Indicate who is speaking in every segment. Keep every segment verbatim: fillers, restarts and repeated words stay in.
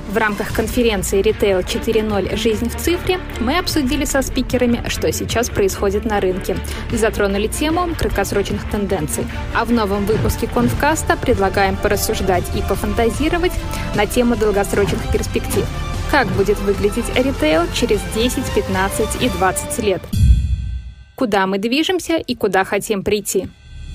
Speaker 1: В рамках конференции «Ритейл четыре ноль. Жизнь в цифре» мы обсудили со спикерами, что сейчас происходит на рынке, и затронули тему краткосрочных тенденций. А в новом выпуске Конфкаста предлагаем порассуждать и пофантазировать на тему долгосрочных перспектив. Как будет выглядеть ритейл через десять, пятнадцать и двадцать лет? Куда мы движемся и куда хотим прийти?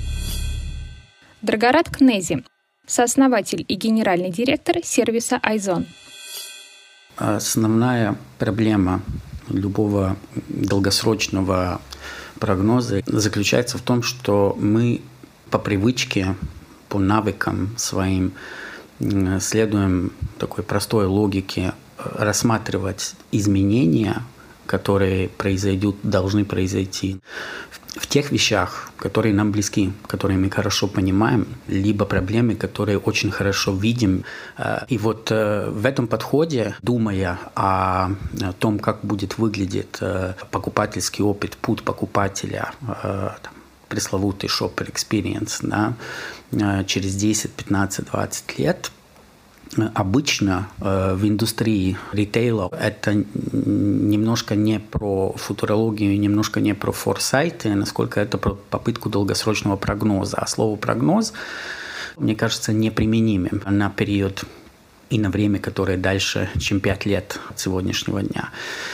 Speaker 1: Драгорат Кнези, сооснователь и генеральный директор сервиса Айзон.
Speaker 2: Основная проблема любого долгосрочного прогноза заключается в том, что мы по привычке, по навыкам своим следуем такой простой логике рассматривать изменения, которые произойдут, должны произойти в тех вещах, которые нам близки, которые мы хорошо понимаем, либо проблемы, которые очень хорошо видим. И вот в этом подходе, думая о том, как будет выглядеть покупательский опыт, путь покупателя, там, пресловутый shopper experience, да, через десять, пятнадцать, двадцать лет, обычно э, в индустрии ритейла это немножко не про футурологию, немножко не про форсайты, насколько это про попытку долгосрочного прогноза. А слово «прогноз», мне кажется, неприменимым на период и на время, которое дальше, чем пять лет от сегодняшнего дня.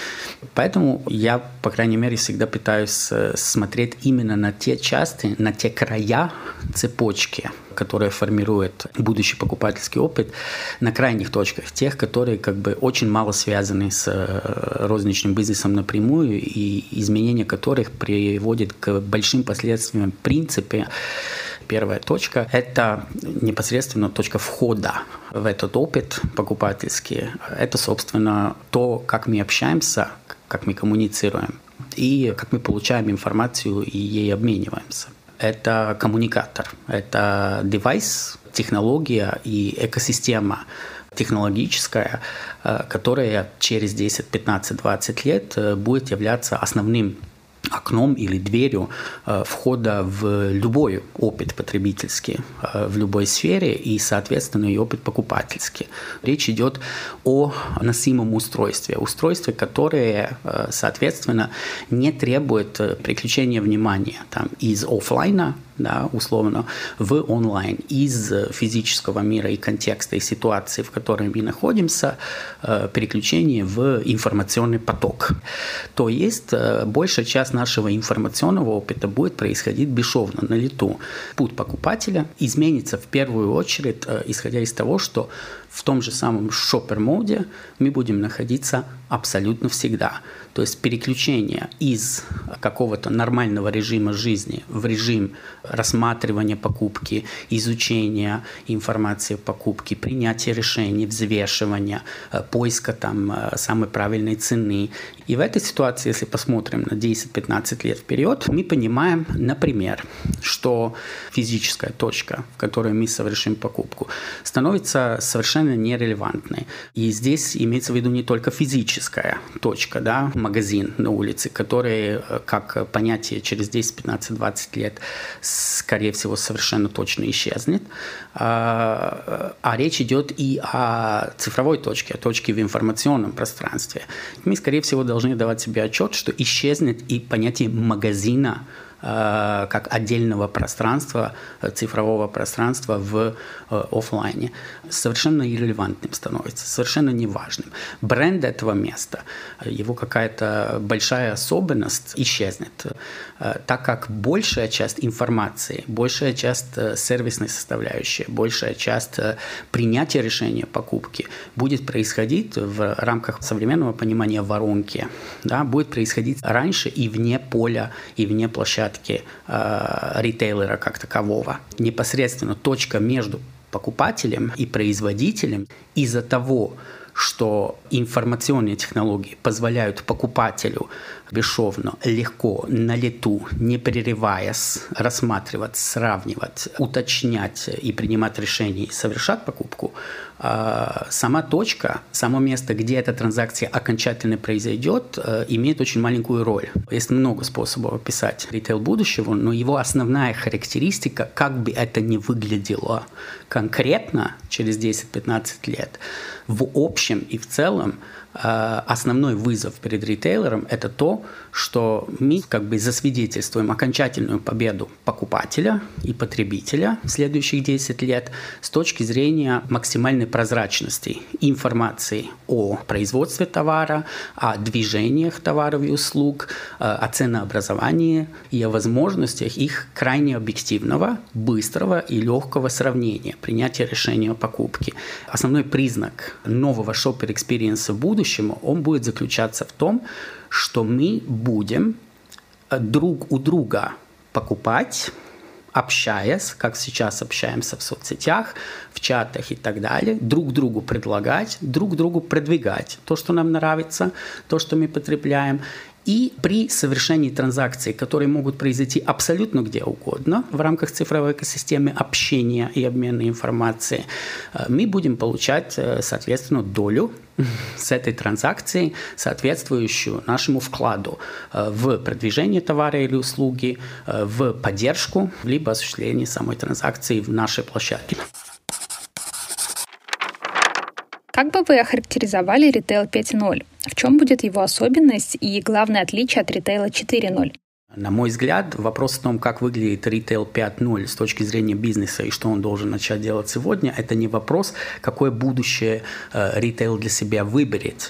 Speaker 2: Поэтому я, по крайней мере, всегда пытаюсь смотреть именно на те части, на те края цепочки, которые формируют будущий покупательский опыт, на крайних точках, тех, которые как бы очень мало связаны с розничным бизнесом напрямую и изменение которых приводит к большим последствиям в принципе. Первая точка – это непосредственно точка входа в этот опыт покупательский. Это, собственно, то, как мы общаемся, как мы коммуницируем и как мы получаем информацию и ей обмениваемся. Это коммуникатор, это девайс, технология и экосистема технологическая, которая через десять, пятнадцать, двадцать лет будет являться основным окном или дверью э, входа в любой опыт потребительский, э, в любой сфере и, соответственно, и опыт покупательский. Речь идет о носимом устройстве, устройстве, которое, э, соответственно, не требует переключения внимания там, из офлайна, да, условно, в онлайн, из физического мира и контекста, и ситуации, в которой мы находимся, э, переключение в информационный поток. То есть э, большая часть нашего информационного опыта будет происходить бесшовно, на лету. Путь покупателя изменится в первую очередь, э, исходя из того, что в том же самом шоппер-моде мы будем находиться абсолютно всегда. То есть переключение из какого-то нормального режима жизни в режим рассматривания покупки, изучения информации о покупке, принятия решений, взвешивания, поиска там самой правильной цены. И в этой ситуации, если посмотрим на десять-пятнадцать лет вперед, мы понимаем, например, что физическая точка, в которой мы совершим покупку, становится совершенно нерелевантной. И здесь имеется в виду не только физическая точка, да, магазин на улице, который как понятие через десять, пятнадцать, двадцать лет, скорее всего, совершенно точно исчезнет. А, а речь идет и о цифровой точке, о точке в информационном пространстве. Мы, скорее всего, должны давать себе отчет, что исчезнет и понятие магазина как отдельного пространства, цифрового пространства в офлайне, совершенно иррелевантным становится, совершенно неважным. Бренд этого места, его какая-то большая особенность исчезнет, так как большая часть информации, большая часть сервисной составляющей, большая часть принятия решения покупки будет происходить в рамках современного понимания воронки, да, будет происходить раньше и вне поля, и вне площадки э, ритейлера как такового. Непосредственно точка между покупателем и производителем из-за того, что информационные технологии позволяют покупателю бесшовно, легко, на лету, не прерываясь, рассматривать, сравнивать, уточнять и принимать решения и совершать покупку, сама точка, само место, где эта транзакция окончательно произойдет, имеет очень маленькую роль. Есть много способов описать ритейл будущего, но его основная характеристика, как бы это ни выглядело конкретно через десять-пятнадцать лет, в общем общем и в целом основной вызов перед ритейлером – это то, что мы как бы засвидетельствуем окончательную победу покупателя и потребителя в следующих десять лет с точки зрения максимальной прозрачности информации о производстве товара, о движениях товаров и услуг, о ценообразовании и о возможностях их крайне объективного, быстрого и легкого сравнения, принятия решения о покупке. Основной признак нового шоппер-экспириенса в будущем он будет заключаться в том, что мы будем друг у друга покупать, общаясь, как сейчас общаемся в соцсетях, в чатах и так далее, друг другу предлагать, друг другу продвигать то, что нам нравится, то, что мы потребляем. И при совершении транзакций, которые могут произойти абсолютно где угодно в рамках цифровой экосистемы общения и обмена информацией, мы будем получать, соответственно, долю с этой транзакции, соответствующую нашему вкладу в продвижение товара или услуги, в поддержку, либо осуществление самой транзакции в нашей площадке.
Speaker 1: Как бы вы охарактеризовали ритейл пять ноль? В чем будет его особенность и главное отличие от ритейла четыре ноль?
Speaker 2: На мой взгляд, вопрос о том, как выглядит ритейл пять ноль с точки зрения бизнеса и что он должен начать делать сегодня, это не вопрос, какое будущее э, ритейл для себя выберет,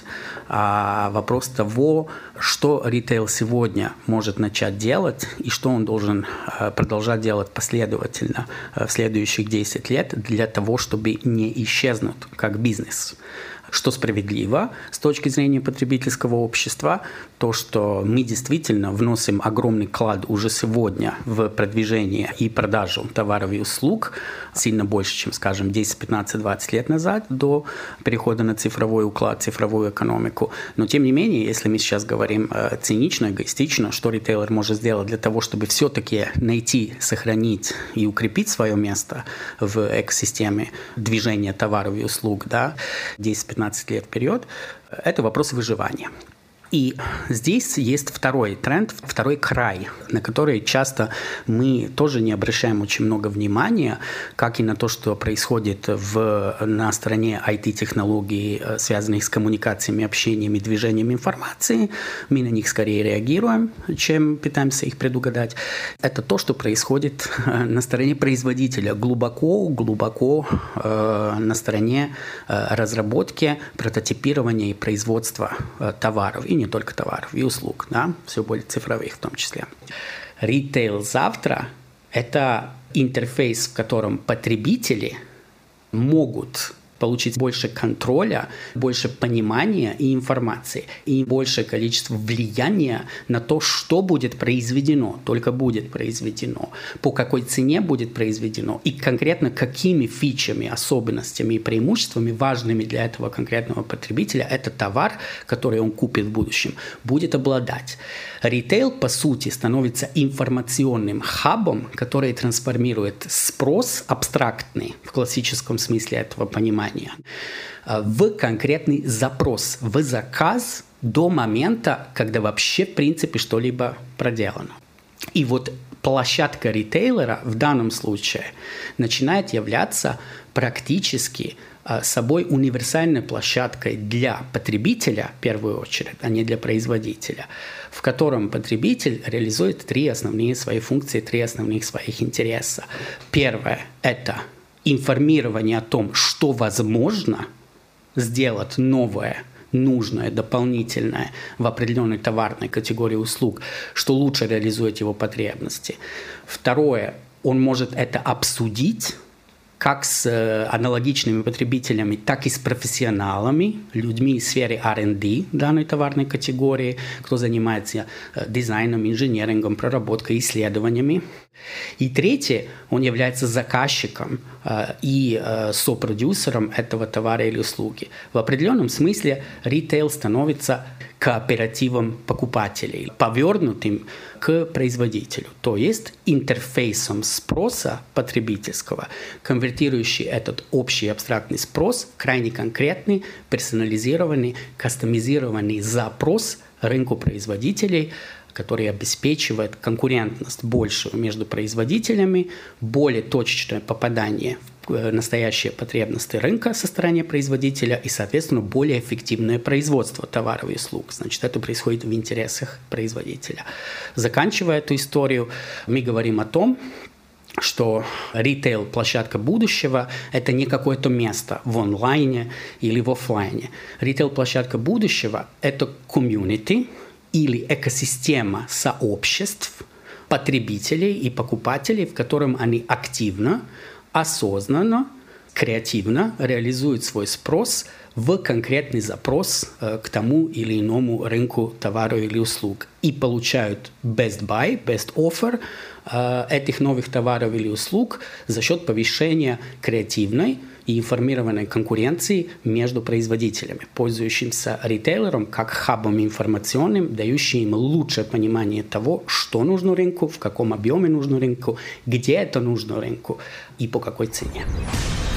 Speaker 2: а вопрос того, что ритейл сегодня может начать делать и что он должен э, продолжать делать последовательно э, в следующих десять лет для того, чтобы не исчезнуть как бизнес. Что справедливо с точки зрения потребительского общества, то, что мы действительно вносим огромный вклад уже сегодня в продвижение и продажу товаров и услуг, сильно больше, чем, скажем, десять, пятнадцать, двадцать лет назад, до перехода на цифровой уклад, цифровую экономику. Но, тем не менее, если мы сейчас говорим цинично, эгоистично, что ритейлер может сделать для того, чтобы все-таки найти, сохранить и укрепить свое место в экосистеме движения товаров и услуг, да, десять-пятнадцать лет вперед, это вопрос выживания. И здесь есть второй тренд, второй край, на который часто мы тоже не обращаем очень много внимания, как и на то, что происходит в, на стороне ай ти-технологий, связанных с коммуникациями, общением и движением информации. Мы на них скорее реагируем, чем пытаемся их предугадать. Это то, что происходит на стороне производителя, глубоко-глубоко э, на стороне э, разработки, прототипирования и производства э, товаров. И не только товаров и услуг, да, все более цифровых в том числе. Ритейл завтра – это интерфейс, в котором потребители могут получить больше контроля, больше понимания и информации, и большее количество влияния на то, что будет произведено, только будет произведено, по какой цене будет произведено, и конкретно какими фичами, особенностями и преимуществами, важными для этого конкретного потребителя, этот товар, который он купит в будущем, будет обладать. Ритейл, по сути, становится информационным хабом, который трансформирует спрос абстрактный, в классическом смысле этого понимания, в конкретный запрос, в заказ до момента, когда вообще, в принципе, что-либо проделано. И вот площадка ритейлера в данном случае начинает являться практически собой универсальной площадкой для потребителя, в первую очередь, а не для производителя, в котором потребитель реализует три основные свои функции, три основных своих интереса. Первое – это информирование о том, что возможно сделать новое, нужное, дополнительное в определенной товарной категории услуг, что лучше реализует его потребности. Второе – он может это обсудить как с аналогичными потребителями, так и с профессионалами, людьми в сфере ар энд ди данной товарной категории, кто занимается дизайном, инженерингом, проработкой, исследованиями. И третье, он является заказчиком э, и э, сопродюсером этого товара или услуги. В определенном смысле ритейл становится кооперативом покупателей, повернутым к производителю, то есть интерфейсом спроса потребительского, конвертирующий этот общий абстрактный спрос в крайне конкретный, персонализированный, кастомизированный запрос рынку производителей, который обеспечивает конкурентность большую между производителями, более точечное попадание в настоящие потребности рынка со стороны производителя и, соответственно, более эффективное производство товаров и услуг. Значит, это происходит в интересах производителя. Заканчивая эту историю, мы говорим о том, что ритейл-площадка будущего – это не какое-то место в онлайне или в офлайне. Ритейл-площадка будущего – это комьюнити или экосистема сообществ потребителей и покупателей, в котором они активно, осознанно, креативно реализуют свой спрос в конкретный запрос э, к тому или иному рынку товара или услуг и получают best buy, best offer э, этих новых товаров или услуг за счет повышения креативной и информированной конкуренции между производителями, пользующимся ритейлером как хабом информационным, дающим им лучшее понимание того, что нужно рынку, в каком объеме нужно рынку, где это нужно рынку и по какой цене.